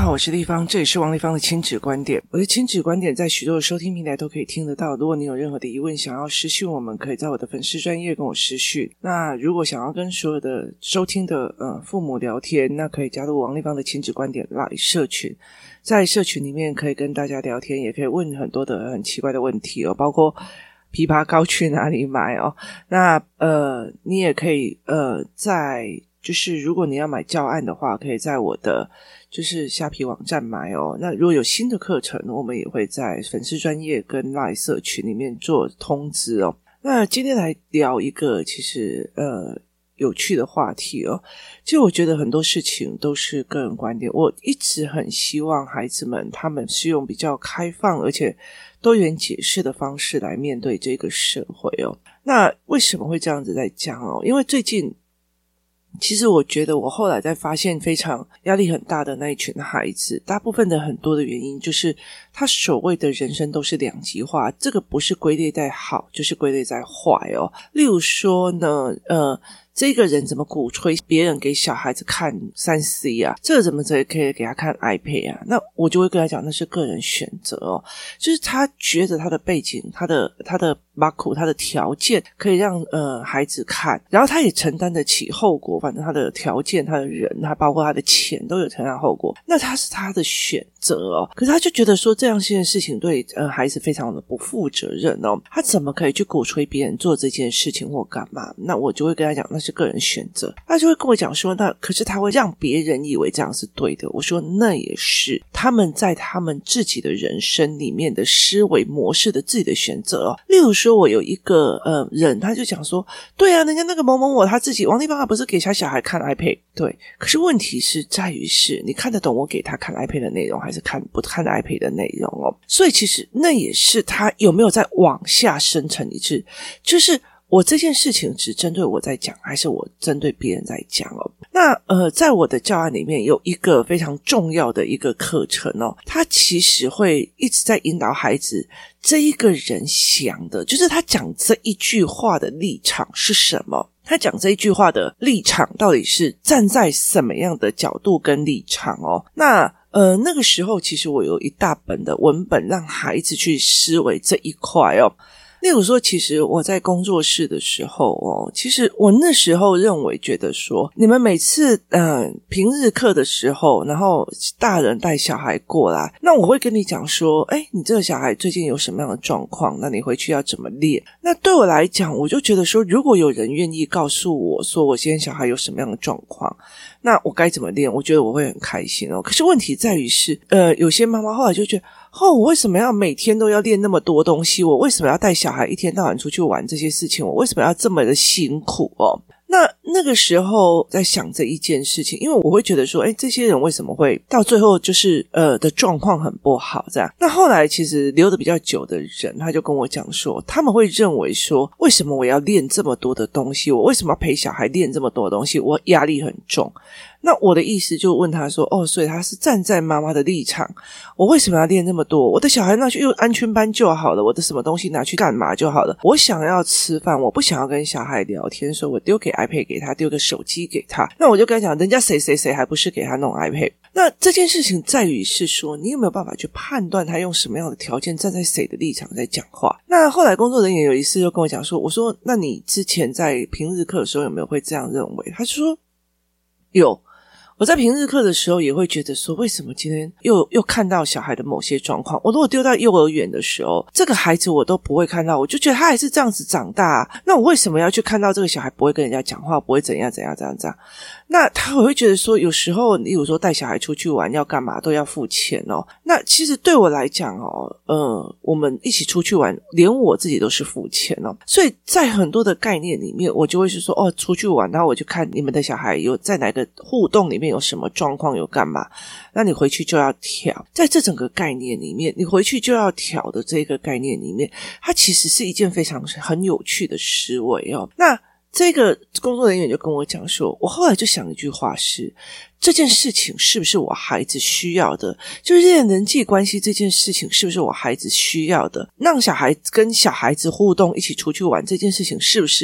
好，我是立方，这里是王立方的亲子观点。我的亲子观点在许多的收听平台都可以听得到，如果你有任何的疑问想要私讯我们，可以在我的粉丝专页跟我私讯。那如果想要跟所有的收听的父母聊天，那可以加入王立方的亲子观点 LINE 社群，在社群里面可以跟大家聊天，也可以问很多的很奇怪的问题包括枇杷膏去哪里买那你也可以就是如果你要买教案的话，可以在我的就是虾皮网站买那如果有新的课程，我们也会在粉丝专页跟 LINE 社群里面做通知那今天来聊一个其实有趣的话题其实我觉得很多事情都是个人观点，我一直很希望孩子们他们是用比较开放而且多元解释的方式来面对这个社会那为什么会这样子在讲因为最近其实我觉得我后来在发现非常压力很大的那一群孩子，大部分的很多的原因就是他所谓的人生都是两极化，这个不是归类在好就是归类在坏例如说呢这个人怎么鼓吹别人给小孩子看 3C 啊，这个怎么可以给他看 iPad 啊，那我就会跟他讲那是个人选择就是他觉得他的背景他的马苦他的条件可以让孩子看，然后他也承担得起后果，反正他的条件他的人他包括他的钱都有承担后果，那他是他的选择可是他就觉得说这样一件事情对孩子非常的不负责任他怎么可以去鼓吹别人做这件事情或干嘛，那我就会跟他讲那是个人选择，他就会跟我讲说那可是他会让别人以为这样是对的，我说那也是他们在他们自己的人生里面的思维模式的自己的选择例如说我有一个人他就讲说对啊，人家那个某某某他自己王立芳他不是给他小孩看 iPad， 对，可是问题是在于是你看得懂我给他看 iPad 的内容还是不看 iPad 的内容所以其实那也是他有没有在往下深层一致，就是我这件事情只针对我在讲还是我针对别人在讲那在我的教案里面有一个非常重要的一个课程它其实会一直在引导孩子这一个人想的就是他讲这一句话的立场是什么，他讲这一句话的立场到底是站在什么样的角度跟立场那那个时候其实我有一大本的文本让孩子去思维这一块例如说其实我在工作室的时候其实我那时候觉得说你们每次平日课的时候然后大人带小孩过来，那我会跟你讲说你这个小孩最近有什么样的状况，那你回去要怎么练，那对我来讲我就觉得说如果有人愿意告诉我说我现在小孩有什么样的状况，那我该怎么练，我觉得我会很开心可是问题在于是有些妈妈后来就觉得我为什么要每天都要练那么多东西，我为什么要带小孩一天到晚出去玩这些事情，我为什么要这么的辛苦那个时候在想这一件事情，因为我会觉得说这些人为什么会到最后就是的状况很不好这样，那后来其实留得比较久的人他就跟我讲说他们会认为说为什么我要练这么多的东西，我为什么要陪小孩练这么多的东西，我压力很重，那我的意思就问他说所以他是站在妈妈的立场，我为什么要练那么多，我的小孩拿去用安全班就好了，我的什么东西拿去干嘛就好了，我想要吃饭，我不想要跟小孩聊天，所以我丢给iPad 给他，丢个手机给他，那我就跟他讲人家谁还不是给他弄 iPad， 那这件事情在于是说你有没有办法去判断他用什么样的条件站在谁的立场在讲话。那后来工作人员有一次就跟我讲说，我说那你之前在平日课的时候有没有会这样认为，他说有，我在平日课的时候也会觉得说为什么今天又看到小孩的某些状况，我如果丢到幼儿园的时候这个孩子我都不会看到，我就觉得他还是这样子长大那我为什么要去看到这个小孩不会跟人家讲话，不会怎样，那他会觉得说有时候例如说带小孩出去玩要干嘛都要付钱那其实对我来讲我们一起出去玩连我自己都是付钱所以在很多的概念里面我就会是说出去玩，然后我就看你们的小孩有在哪个互动里面有什么状况有干嘛，那你回去就要调，在这整个概念里面你回去就要调的这个概念里面，它其实是一件非常很有趣的思维那这个工作人员就跟我讲说，我后来就想一句话是这件事情是不是我孩子需要的，就是这件人际关系这件事情是不是我孩子需要的，让小孩跟小孩子互动一起出去玩这件事情是不是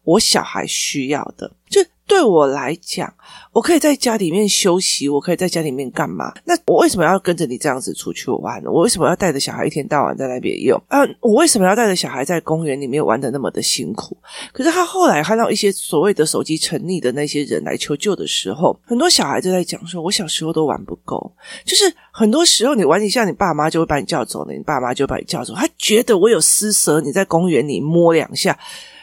我小孩需要的。就对我来讲，我可以在家里面休息，我可以在家里面干嘛？那我为什么要跟着你这样子出去玩呢？我为什么要带着小孩一天到晚在那边用我为什么要带着小孩在公园里面玩得那么的辛苦？可是他后来看到一些所谓的手机沉溺的那些人来求救的时候，很多小孩就在讲说，我小时候都玩不够，就是很多时候你玩一下，你爸妈就会把你叫走了，你爸妈就把你叫走。他觉得我有施舍，你在公园里摸两下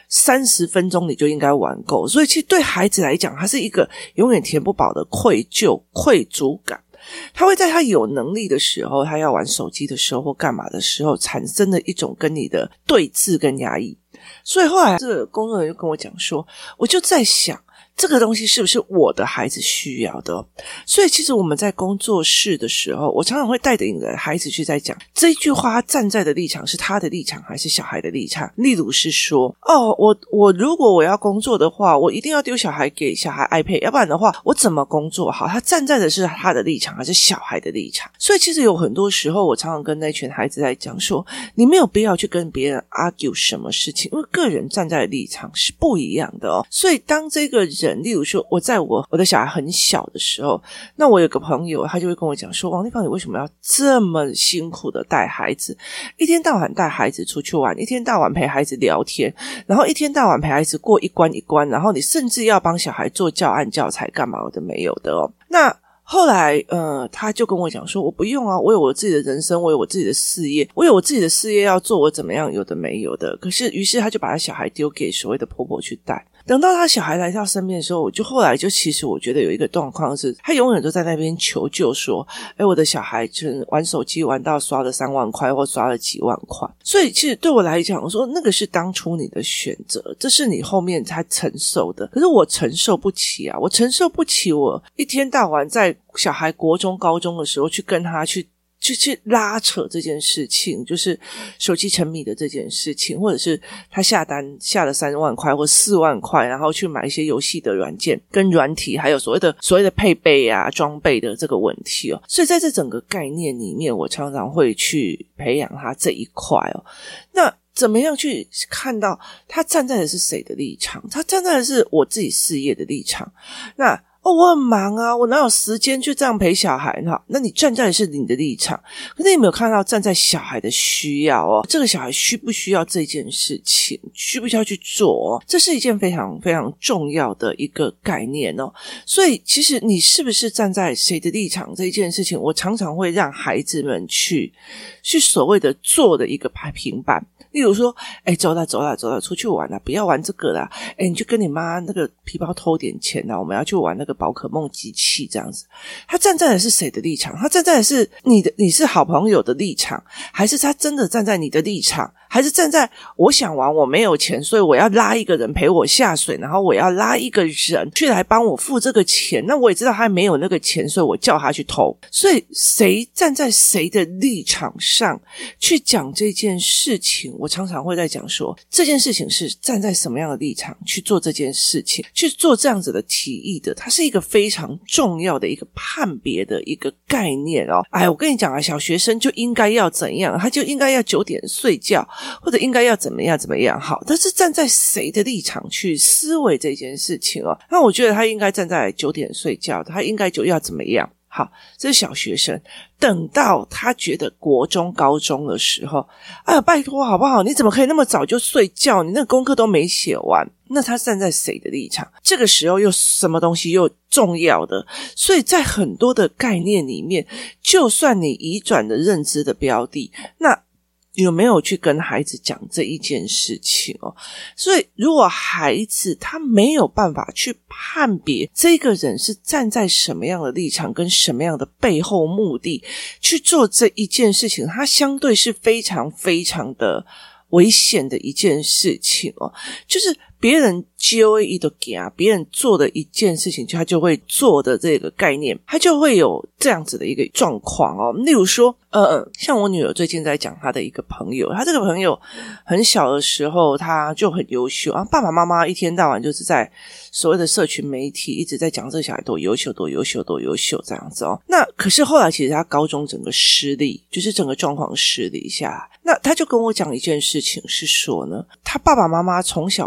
30分钟你就应该玩够，所以其实对孩子来讲，他是一个永远填不饱的愧疚、愧疚感。他会在他有能力的时候，他要玩手机的时候或干嘛的时候，产生了一种跟你的对峙跟压抑。所以后来这个工作人员就跟我讲说，我就在想，这个东西是不是我的孩子需要的？所以其实我们在工作室的时候，我常常会带着你的孩子去在讲这一句话，他站在的立场是他的立场还是小孩的立场。例如是说，我如果我要工作的话，我一定要丢小孩给小孩 iPad， 要不然的话我怎么工作好？他站在的是他的立场还是小孩的立场？所以其实有很多时候我常常跟那群孩子在讲说，你没有必要去跟别人 argue 什么事情，因为个人站在的立场是不一样的哦。所以当这个人，例如说我在我的小孩很小的时候，那我有个朋友他就会跟我讲说，王丽芳，你为什么要这么辛苦的带孩子，一天到晚带孩子出去玩，一天到晚陪孩子聊天，然后一天到晚陪孩子过一关一关，然后你甚至要帮小孩做教案教材干嘛的没有的哦。那后来他就跟我讲说，我不用啊，我有我自己的人生，我有我自己的事业，我有我自己的事业要做，我怎么样有的没有的。可是于是他就把他小孩丢给所谓的婆婆去带。等到他小孩来到身边的时候，我就后来就其实我觉得有一个状况是，他永远都在那边求救说，我的小孩就玩手机玩到刷了3万块或刷了几万块。所以其实对我来讲，我说那个是当初你的选择，这是你后面才承受的。可是我承受不起啊，我承受不起我一天到晚在小孩国中高中的时候去跟他去拉扯这件事情，就是手机沉迷的这件事情，或者是他下单下了3万块或4万块，然后去买一些游戏的软件跟软体，还有所谓的配备啊装备的这个问题哦。所以在这整个概念里面，我常常会去培养他这一块哦。那怎么样去看到他站在的是谁的立场？他站在的是我自己事业的立场。那我很忙啊，我哪有时间去这样陪小孩呢？那你站在的是你的立场，可是你有没有看到站在小孩的需要哦？这个小孩需不需要这件事情？需不需要去做哦？这是一件非常非常重要的一个概念哦。所以其实你是不是站在谁的立场这一件事情，我常常会让孩子们去所谓的做的一个评判。例如说，走啦，出去玩啦，不要玩这个啦，你就跟你妈那个皮包偷点钱啦，我们要去玩那个宝可梦机器这样子。他站在的是谁的立场？他站在的是你是好朋友的立场，还是他真的站在你的立场？还是站在我想玩我没有钱，所以我要拉一个人陪我下水，然后我要拉一个人去来帮我付这个钱，那我也知道他没有那个钱，所以我叫他去偷。所以谁站在谁的立场上去讲这件事情，我常常会在讲说，这件事情是站在什么样的立场去做这件事情，去做这样子的提议的，它是一个非常重要的一个判别的一个概念哦。我跟你讲啊，小学生就应该要怎样，他就应该要9点睡觉，或者应该要怎么样好，但是站在谁的立场去思维这件事情哦？那我觉得他应该站在9点睡觉，他应该就要怎么样好，这是小学生。等到他觉得国中高中的时候，拜托好不好，你怎么可以那么早就睡觉，你那个功课都没写完？那他站在谁的立场？这个时候又什么东西又重要的？所以在很多的概念里面，就算你移转的认知的标的，那有没有去跟孩子讲这一件事情哦？所以如果孩子他没有办法去判别这个人是站在什么样的立场跟什么样的背后目的去做这一件事情，他相对是非常非常的危险的一件事情哦。就是别人揪一都给别人做的一件事情，他就会做的这个概念，他就会有这样子的一个状况哦。例如说像我女儿最近在讲她的一个朋友，她这个朋友很小的时候他就很优秀啊，爸爸妈妈一天到晚就是在所谓的社群媒体一直在讲这个小孩多优秀这样子哦。那可是后来其实他高中整个失利，就是整个状况失利下来，那他就跟我讲一件事情是说呢，他爸爸妈妈从小到大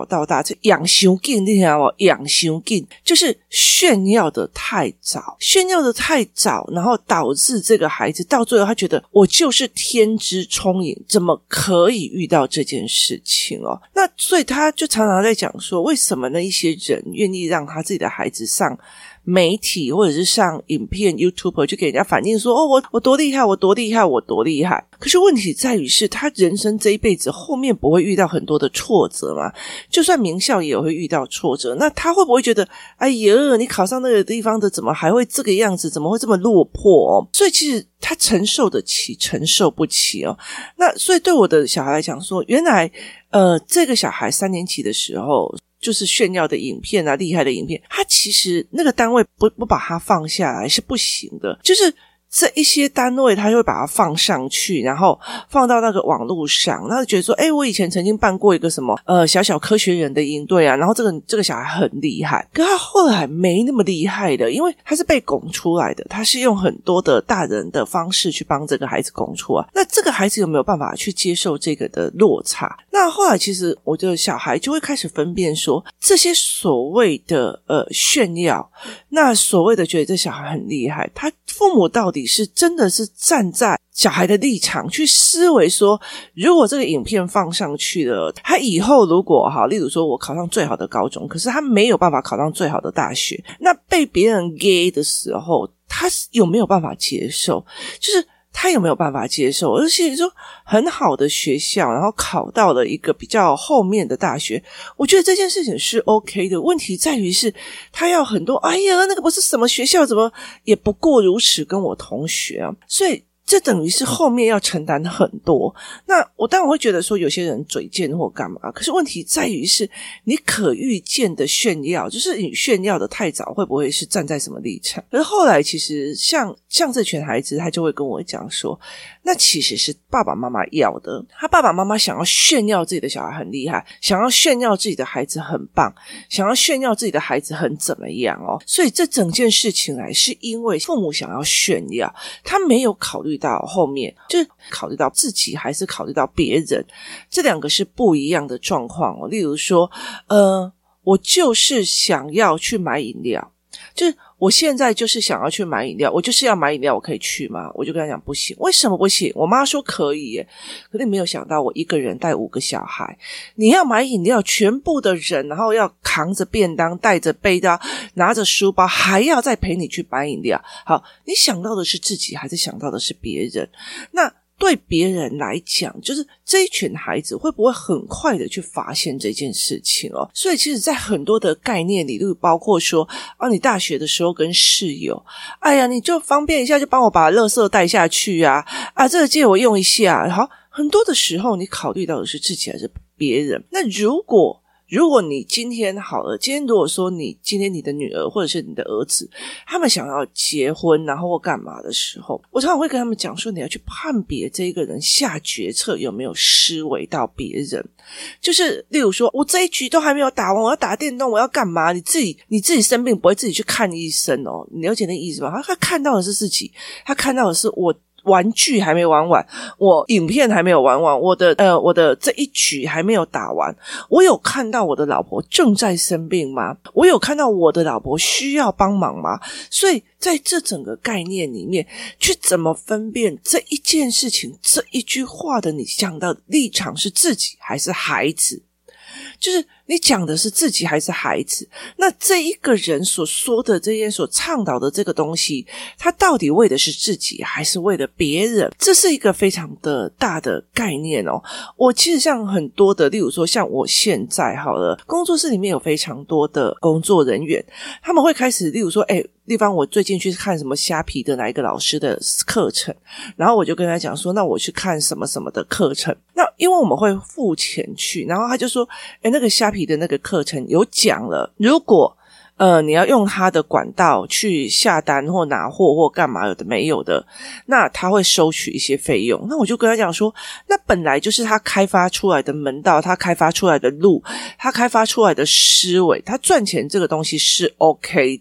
这养伤紧，你看我养伤紧，就是炫耀的太早，然后导致这个孩子到最后他觉得我就是天资聪颖，怎么可以遇到这件事情哦？那所以他就常常在讲说，为什么呢？一些人愿意让他自己的孩子上媒体或者是上影片 YouTuber 去给人家反映说，我多厉害，我多厉害，我多厉害。可是问题在于是他人生这一辈子后面不会遇到很多的挫折吗？就算名校也会遇到挫折，那他会不会觉得哎呀，你考上那个地方的怎么还会这个样子，怎么会这么落魄哦？所以其实他承受得起承受不起哦。那所以对我的小孩来讲说，原来这个小孩3年级的时候就是炫耀的影片啊，厉害的影片，他其实那个单位不把它放下来是不行的，就是这一些单位他就会把它放上去，然后放到那个网络上，然后觉得说我以前曾经办过一个什么小科学人的营队啊，然后这个小孩很厉害，可他后来没那么厉害的，因为他是被拱出来的，他是用很多的大人的方式去帮这个孩子拱出来，那这个孩子有没有办法去接受这个的落差？那后来其实我的小孩就会开始分辨说，这些所谓的炫耀，那所谓的觉得这小孩很厉害，他父母到底是真的是站在小孩的立场去思维说，如果这个影片放上去了，他以后如果例如说我考上最好的高中，可是他没有办法考上最好的大学，那被别人 gay 的时候，他有没有办法接受？就是他有没有办法接受？而且说很好的学校，然后考到了一个比较后面的大学，我觉得这件事情是 OK 的。问题在于是他要很多那个不是什么学校，怎么也不过如此，跟我同学啊，所以这等于是后面要承担很多。那我当然会觉得说有些人嘴贱或干嘛，可是问题在于是你可预见的炫耀，就是你炫耀的太早，会不会是站在什么立场？可是后来其实像这群孩子，他就会跟我讲说，那其实是爸爸妈妈要的，他爸爸妈妈想要炫耀自己的小孩很厉害，想要炫耀自己的孩子很棒，想要炫耀自己的孩子很怎么样哦。所以这整件事情来是因为父母想要炫耀，他没有考虑到后面，就是考虑到自己还是考虑到别人，这两个是不一样的状况哦。例如说我就是想要去买饮料，就是我现在就是想要去买饮料，我就是要买饮料，我可以去吗？我就跟他讲不行。为什么不行？我妈说可以耶，可是没有想到我一个人带5个小孩，你要买饮料，全部的人然后要扛着便当，带着背包，拿着书包，还要再陪你去买饮料。好，你想到的是自己还是想到的是别人？那对别人来讲，就是这一群孩子会不会很快的去发现这件事情哦？所以其实在很多的概念里，包括说你大学的时候跟室友，你就方便一下就帮我把垃圾带下去啊，这个借我用一下。好，很多的时候你考虑到的是自己还是别人。那如果你今天好了，今天如果说今天你的女儿或者是你的儿子，他们想要结婚然后或干嘛的时候，我常常会跟他们讲说，你要去判别这一个人下决策有没有思维到别人。就是例如说，我这一局都还没有打完，我要打电动，我要干嘛？你自己生病不会自己去看医生哦，你了解那意思吧？他看到的是自己，他看到的是我玩具还没玩完，我影片还没有玩完，我的这一局还没有打完。我有看到我的老婆正在生病吗？我有看到我的老婆需要帮忙吗？所以在这整个概念里面，去怎么分辨这一件事情，这一句话的你讲到的立场是自己还是孩子？就是你讲的是自己还是孩子？那这一个人所说的这些所倡导的这个东西，他到底为的是自己还是为了别人？这是一个非常的大的概念哦。我其实像很多的，例如说像我现在好了，工作室里面有非常多的工作人员，他们会开始例如说地方我最近去看什么虾皮的哪一个老师的课程，然后我就跟他讲说，那我去看什么什么的课程。那因为我们会付钱去，然后他就说那个虾皮的那个课程有讲了，如果你要用他的管道去下单或拿货或干嘛有的没有的，那他会收取一些费用。那我就跟他讲说，那本来就是他开发出来的门道，他开发出来的路，他开发出来的思维，他赚钱这个东西是 OK 的。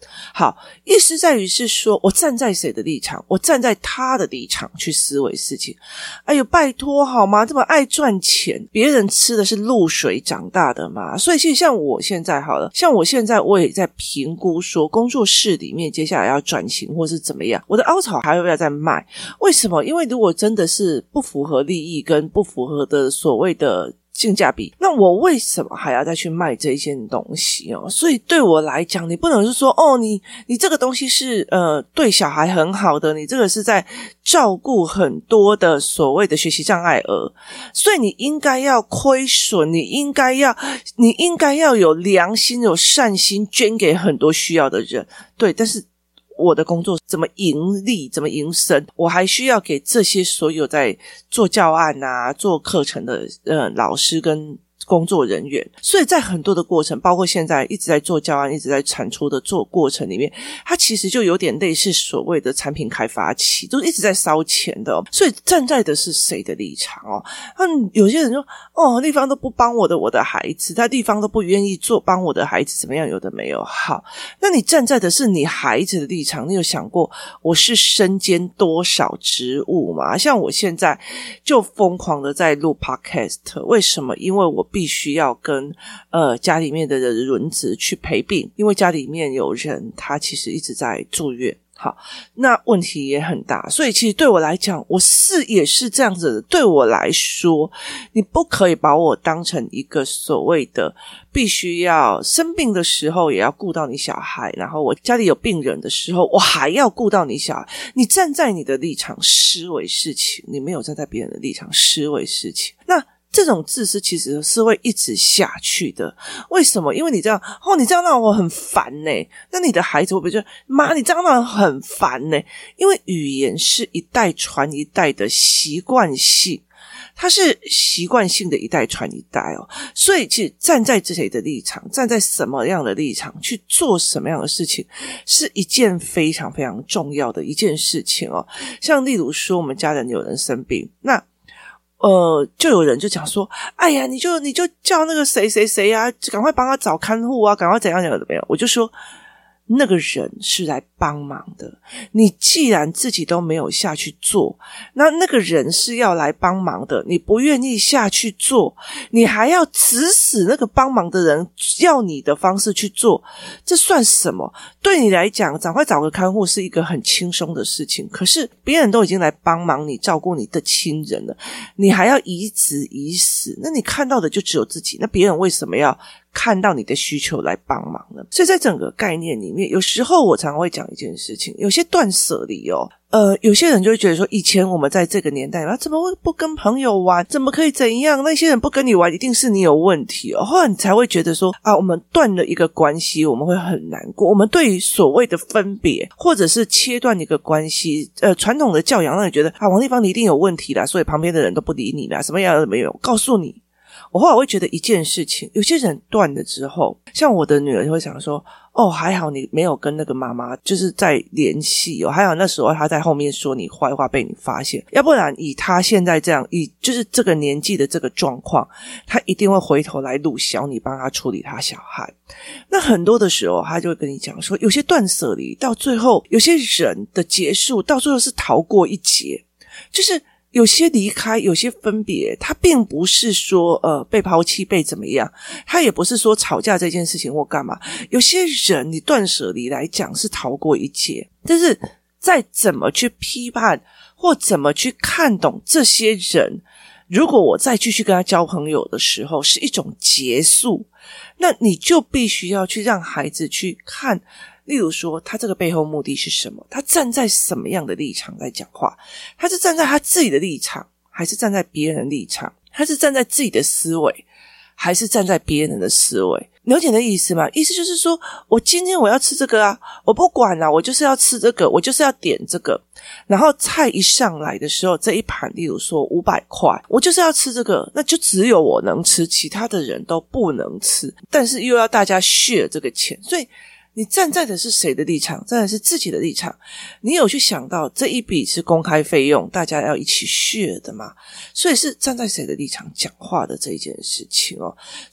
好，意思在于是说我站在谁的立场，我站在他的立场去思维事情。哎呦拜托好吗，这么爱赚钱，别人吃的是露水长大的嘛。所以其实像我现在好了，像我现在我也在评估说工作室里面接下来要转型或是怎么样，我的凹槽还要不要再卖。为什么？因为如果真的是不符合利益跟不符合的所谓的性价比，那我为什么还要再去卖这件东西哦？所以对我来讲，你不能是说哦，你这个东西是对小孩很好的，你这个是在照顾很多的所谓的学习障碍儿，所以你应该要亏损，你应该要有良心有善心，捐给很多需要的人。对，但是我的工作怎么盈利，怎么营生，我还需要给这些所有在做教案啊做课程的老师跟工作人员。所以在很多的过程，包括现在一直在做教案一直在产出的做过程里面，它其实就有点类似所谓的产品开发期，都一直在烧钱的哦。所以站在的是谁的立场哦？有些人说哦，地方都不帮我的孩子，他地方都不愿意做帮我的孩子，怎么样，有的没有。好，那你站在的是你孩子的立场，你有想过我是身兼多少职务吗？像我现在就疯狂的在录 podcast， 为什么？因为我必须要跟家里面的人轮值去陪病，因为家里面有人他其实一直在住院。好，那问题也很大，所以其实对我来讲，也是这样子的。对我来说，你不可以把我当成一个所谓的必须要生病的时候也要顾到你小孩，然后我家里有病人的时候我还要顾到你小孩。你站在你的立场思维事情，你没有站在别人的立场思维事情，那这种自私其实是会一直下去的。为什么？因为你这样你这样让我很烦欸。那你的孩子会不会觉得妈你这样让我很烦欸？因为语言是一代传一代的习惯性，它是习惯性的一代传一代哦。所以其实站在谁的立场，站在什么样的立场去做什么样的事情，是一件非常非常重要的一件事情哦。像例如说我们家人有人生病，那就有人就讲说，哎呀，你就叫那个谁谁谁啊，赶快帮他找看护啊，赶快怎样怎样的没有。我就说那个人是来帮忙的，你既然自己都没有下去做，那个人是要来帮忙的，你不愿意下去做，你还要指使那个帮忙的人要你的方式去做，这算什么？对你来讲赶快找个看护是一个很轻松的事情，可是别人都已经来帮忙你照顾你的亲人了，你还要以子以死，那你看到的就只有自己，那别人为什么要看到你的需求来帮忙呢？所以在整个概念里面，有时候我常常会讲一件事情，有些断舍离哦，有些人就会觉得说，以前我们在这个年代怎么会不跟朋友玩，怎么可以怎样，那些人不跟你玩一定是你有问题哦。后来你才会觉得说啊，我们断了一个关系，我们会很难过。我们对于所谓的分别或者是切断一个关系，传统的教养让你觉得啊，王立芳你一定有问题啦，所以旁边的人都不理你啦，什么样都没有。告诉你，我后来会觉得一件事情，有些人断了之后，像我的女儿就会想说，哦，还好你没有跟那个妈妈就是在联系哦，还好那时候她在后面说你坏话被你发现，要不然以她现在这样，以就是这个年纪的这个状况，她一定会回头来鲁小你帮她处理她小孩。那很多的时候她就会跟你讲说，有些断舍离到最后，有些人的结束到最后是逃过一劫，就是有些离开，有些分别，他并不是说被抛弃被怎么样，他也不是说吵架这件事情或干嘛。有些人你断舍离来讲是逃过一劫，但是再怎么去批判或怎么去看懂这些人，如果我再继续跟他交朋友的时候是一种结束，那你就必须要去让孩子去看，例如说他这个背后目的是什么，他站在什么样的立场在讲话，他是站在他自己的立场还是站在别人的立场，他是站在自己的思维还是站在别人的思维。了解的意思吗？意思就是说，我今天我要吃这个啊，我不管啦，我就是要吃这个，我就是要点这个，然后菜一上来的时候，这一盘例如说500块，我就是要吃这个，那就只有我能吃，其他的人都不能吃，但是又要大家 share 这个钱，所以你站在的是谁的立场？站在是自己的立场。你有去想到这一笔是公开费用，大家要一起 share 的嘛？所以是站在谁的立场讲话的这一件事情哦。所以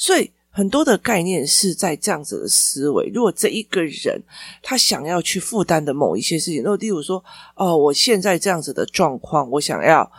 很多的概念是在这样子的思维。如果这一个人他想要去负担的某一些事情，例如说我现在这样子的状况，我想要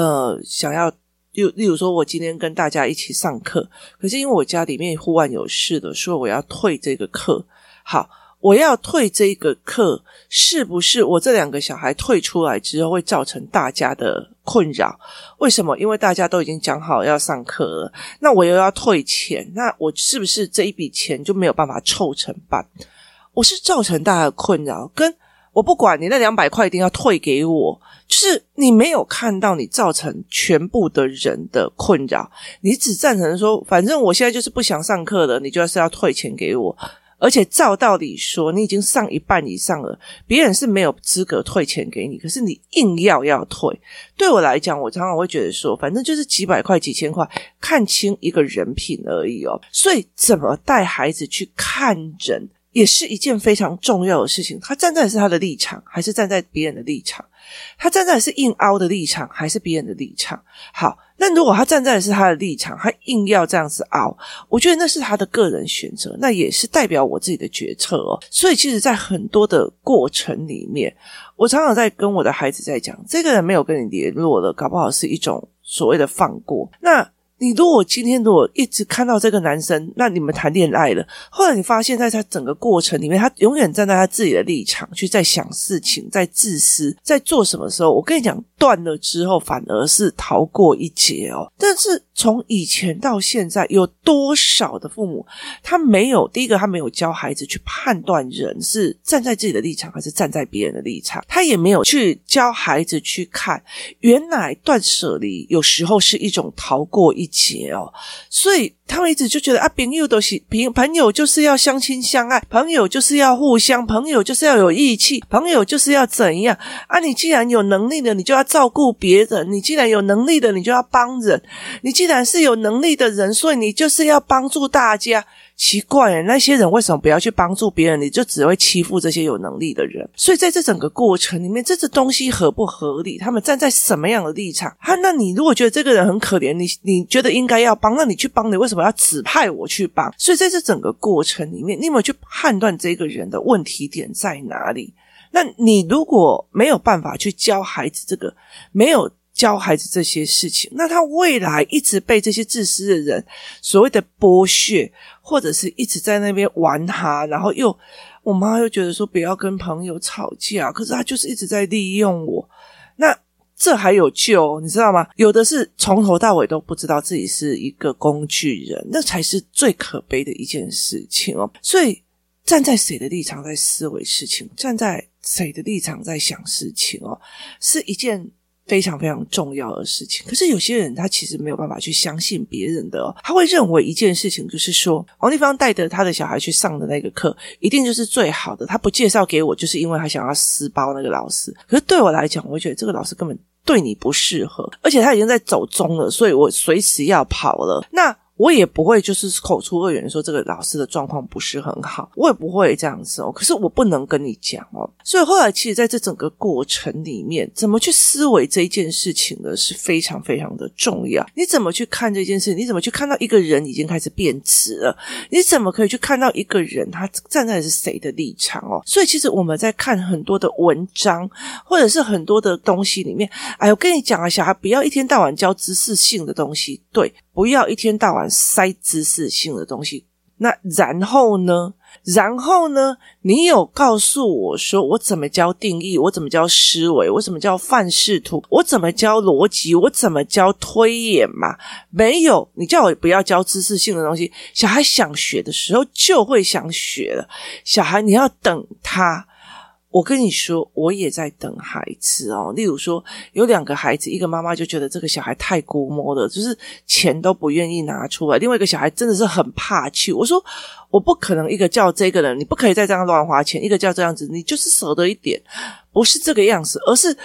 例如说我今天跟大家一起上课，可是因为我家里面忽然有事的，所以我要退这个课。好，我要退这个课，是不是我这2个小孩退出来之后会造成大家的困扰？为什么？因为大家都已经讲好要上课了，那我又要退钱，那我是不是这一笔钱就没有办法凑成办？我是造成大家的困扰，跟我不管你那200块一定要退给我，就是你没有看到你造成全部的人的困扰，你只赞成说反正我现在就是不想上课了，你就是要退钱给我。而且照道理说你已经上一半以上了，别人是没有资格退钱给你，可是你硬要退。对我来讲，我常常会觉得说反正就是几百块几千块，看清一个人品而已哦。所以怎么带孩子去看人也是一件非常重要的事情。他站在的是他的立场，还是站在别人的立场？他站在的是硬凹的立场，还是别人的立场？好，那如果他站在的是他的立场，他硬要这样子凹，我觉得那是他的个人选择，那也是代表我自己的决策哦。所以其实在很多的过程里面，我常常在跟我的孩子在讲，这个人没有跟你联络了，搞不好是一种所谓的放过。那你如果今天一直看到这个男生，那你们谈恋爱了，后来你发现在他整个过程里面，他永远站在他自己的立场去在想事情，在自私，在做什么时候，我跟你讲，断了之后反而是逃过一劫哦。但是从以前到现在，有多少的父母他没有，第一个他没有教孩子去判断人是站在自己的立场还是站在别人的立场，他也没有去教孩子去看原来断舍离有时候是一种逃过一劫哦。所以他们一直就觉得朋友都是朋友就是要相亲相爱，朋友就是要互相，朋友就是要有义气，朋友就是要怎样啊？你既然有能力的，你就要照顾别人；你既然有能力的，你就要帮人；你既然是有能力的人，所以你就是要帮助大家。奇怪耶，那些人为什么不要去帮助别人，你就只会欺负这些有能力的人？所以在这整个过程里面，这东西合不合理，他们站在什么样的立场那你如果觉得这个人很可怜，你觉得应该要帮，那你去帮，你为什么要指派我去帮？所以在这整个过程里面，你有没有去判断这个人的问题点在哪里？那你如果没有办法去教孩子这个，没有教孩子这些事情，那他未来一直被这些自私的人所谓的剥削，或者是一直在那边玩他，然后我妈又觉得说不要跟朋友吵架，可是他就是一直在利用我，那这还有救，你知道吗？有的是从头到尾都不知道自己是一个工具人，那才是最可悲的一件事情哦。所以站在谁的立场在思维事情，站在谁的立场在想事情是一件非常非常重要的事情。可是有些人他其实没有办法去相信别人的他会认为一件事情就是说王立芳带着他的小孩去上的那个课一定就是最好的，他不介绍给我就是因为他想要私包那个老师。可是对我来讲，我会觉得这个老师根本对你不适合，而且他已经在走中了，所以我随时要跑了。那我也不会就是口出恶言说这个老师的状况不是很好，我也不会这样子可是我不能跟你讲所以后来其实在这整个过程里面，怎么去思维这一件事情呢是非常非常的重要。你怎么去看这件事，你怎么去看到一个人已经开始变质了，你怎么可以去看到一个人他站在的是谁的立场所以其实我们在看很多的文章或者是很多的东西里面，我跟你讲小孩不要一天到晚教知识性的东西，对，不要一天到晚塞知识性的东西。那然后呢，你有告诉我说我怎么教定义，我怎么教思维，我怎么教范式图，我怎么教逻辑，我怎么教推演嘛？没有，你叫我不要教知识性的东西，小孩想学的时候就会想学了。小孩你要等他，我跟你说我也在等孩子例如说有2个孩子，一个妈妈就觉得这个小孩太估摸了，就是钱都不愿意拿出来，另外一个小孩真的是很怕去。我说我不可能一个叫这个人你不可以再这样乱花钱，一个叫这样子你就是舍得一点，不是这个样子，而是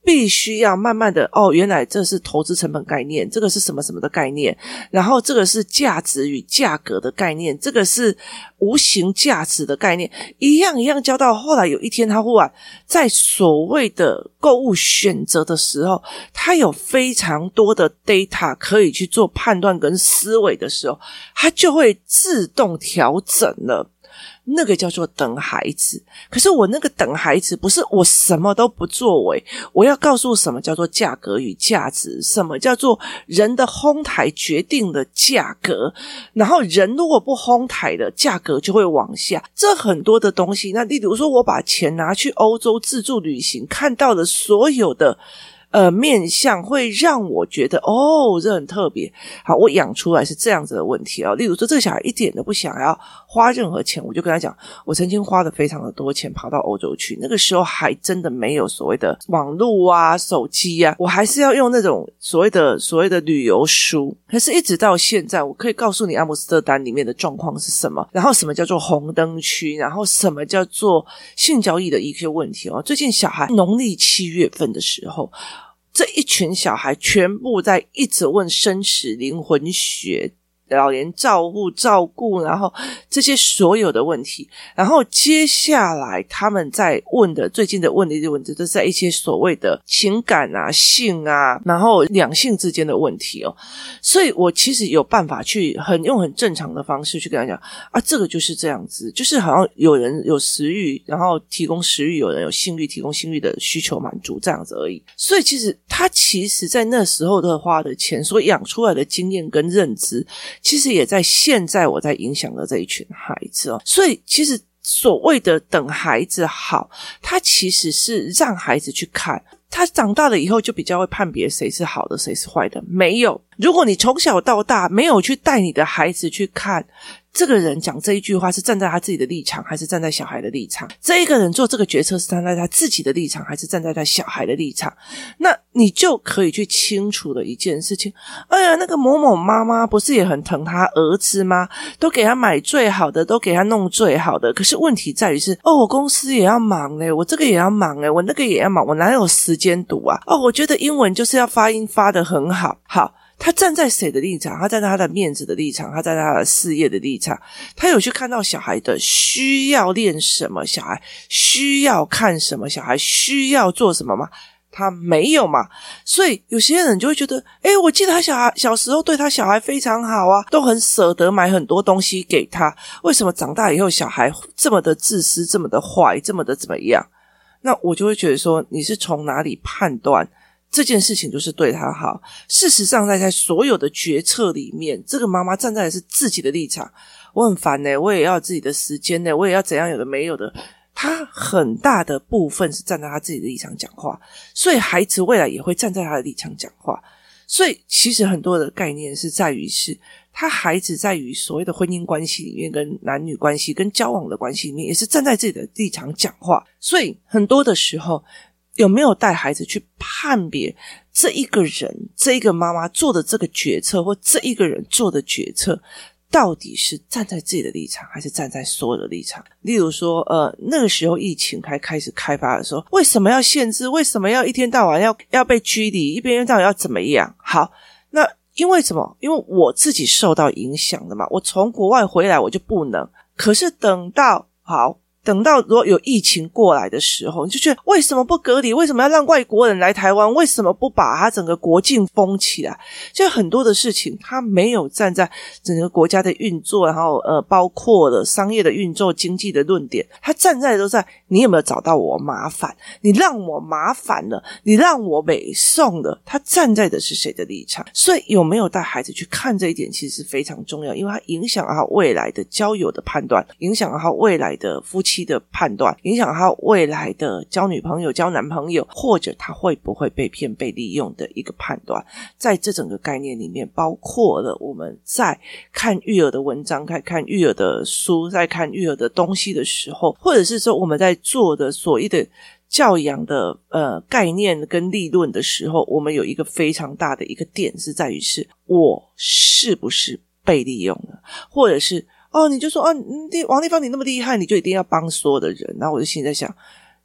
必须要慢慢的原来这是投资成本概念，这个是什么什么的概念，然后这个是价值与价格的概念，这个是无形价值的概念，一样一样教到后来有一天他忽然在所谓的购物选择的时候，他有非常多的 data 可以去做判断跟思维的时候，他就会自动调整了。那个叫做等孩子。可是我那个等孩子不是我什么都不作为，我要告诉什么叫做价格与价值，什么叫做人的哄抬决定的价格，然后人如果不哄抬的价格就会往下，这很多的东西。那例如说我把钱拿去欧洲自助旅行，看到的所有的面向会让我觉得这很特别。好，我养出来是这样子的问题例如说这个小孩一点都不想要花任何钱，我就跟他讲，我曾经花了非常的多钱跑到欧洲去，那个时候还真的没有所谓的网络啊手机啊，我还是要用那种所谓的旅游书。可是一直到现在，我可以告诉你阿姆斯特丹里面的状况是什么，然后什么叫做红灯区，然后什么叫做性交易的一些问题最近小孩农历7月份的时候，这一群小孩全部在一直问生死灵魂学老年照顾，然后这些所有的问题，然后接下来他们在问的最近的问题都是在一些所谓的情感啊性啊，然后两性之间的问题所以我其实有办法去用很正常的方式去跟他讲这个就是这样子，就是好像有人有食欲，然后提供食欲，有人有性欲，提供性欲的需求满足，这样子而已。所以他其实在那时候的花的钱所养出来的经验跟认知，其实也在现在我在影响了这一群孩子所以其实所谓的等孩子好，他其实是让孩子去看，他长大了以后就比较会判别谁是好的谁是坏的。没有，如果你从小到大没有去带你的孩子去看这个人讲这一句话是站在他自己的立场还是站在小孩的立场，这一个人做这个决策是站在他自己的立场还是站在他小孩的立场，那你就可以去清楚的一件事情，那个某某妈妈不是也很疼他儿子吗？都给他买最好的，都给他弄最好的，可是问题在于是我公司也要忙我这个也要忙我那个也要忙，我哪有时间读啊？我觉得英文就是要发音发得很好。好，他站在谁的立场？他站在他的面子的立场，他站在他的事业的立场，他有去看到小孩的需要练什么，小孩需要看什么，小孩需要做什么吗？他没有嘛。所以有些人就会觉得我记得他小时候对他小孩非常好啊，都很舍得买很多东西给他，为什么长大以后小孩这么的自私，这么的坏，这么的怎么样？那我就会觉得说，你是从哪里判断这件事情就是对他好？事实上在所有的决策里面，这个妈妈站在的是自己的立场，我很烦我也要自己的时间我也要怎样有的没有的，他很大的部分是站在他自己的立场讲话，所以孩子未来也会站在他的立场讲话。所以其实很多的概念是在于是他孩子在于所谓的婚姻关系里面，跟男女关系跟交往的关系里面，也是站在自己的立场讲话。所以很多的时候有没有带孩子去判别这一个人，这一个妈妈做的这个决策，或这一个人做的决策到底是站在自己的立场还是站在所有的立场。例如说那个时候疫情开始开发的时候，为什么要限制，为什么要一天到晚要被驱离，一天到晚要怎么样？好，那因为什么？因为我自己受到影响的嘛，我从国外回来我就不能，可是等到如果有疫情过来的时候，你就觉得为什么不隔离？为什么要让外国人来台湾？为什么不把它整个国境封起来？就很多的事情它没有站在整个国家的运作，然后包括了商业的运作、经济的论点，它站在的都在你有没有找到我麻烦，你让我麻烦了，你让我北宋了，他站在的是谁的立场？所以有没有带孩子去看这一点其实是非常重要，因为它影响他未来的交友的判断，影响他未来的夫妻的判断，影响他未来的交女朋友交男朋友，或者他会不会被骗被利用的一个判断。在这整个概念里面包括了我们在看育儿的文章，在看育儿的书，在看育儿的东西的时候，或者是说我们在做的所谓的教养的概念跟理论的时候，我们有一个非常大的一个点是在于是我是不是被利用了，或者是你就说王立芳你那么厉害，你就一定要帮所有的人。然后我就心里在想，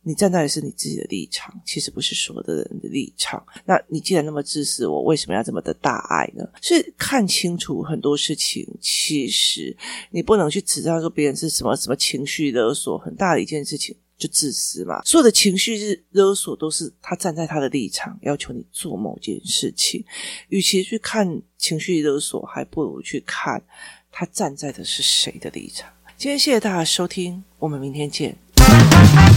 你站在的是你自己的立场，其实不是所有的人的立场。那你既然那么自私，我为什么要这么的大爱呢？所以看清楚很多事情，其实你不能去指责说别人是什么情绪勒索，很大的一件事情就自私嘛。所有的情绪勒索都是他站在他的立场要求你做某件事情，与其去看情绪勒索，还不如去看他站在的是谁的立场。今天谢谢大家收听，我们明天见。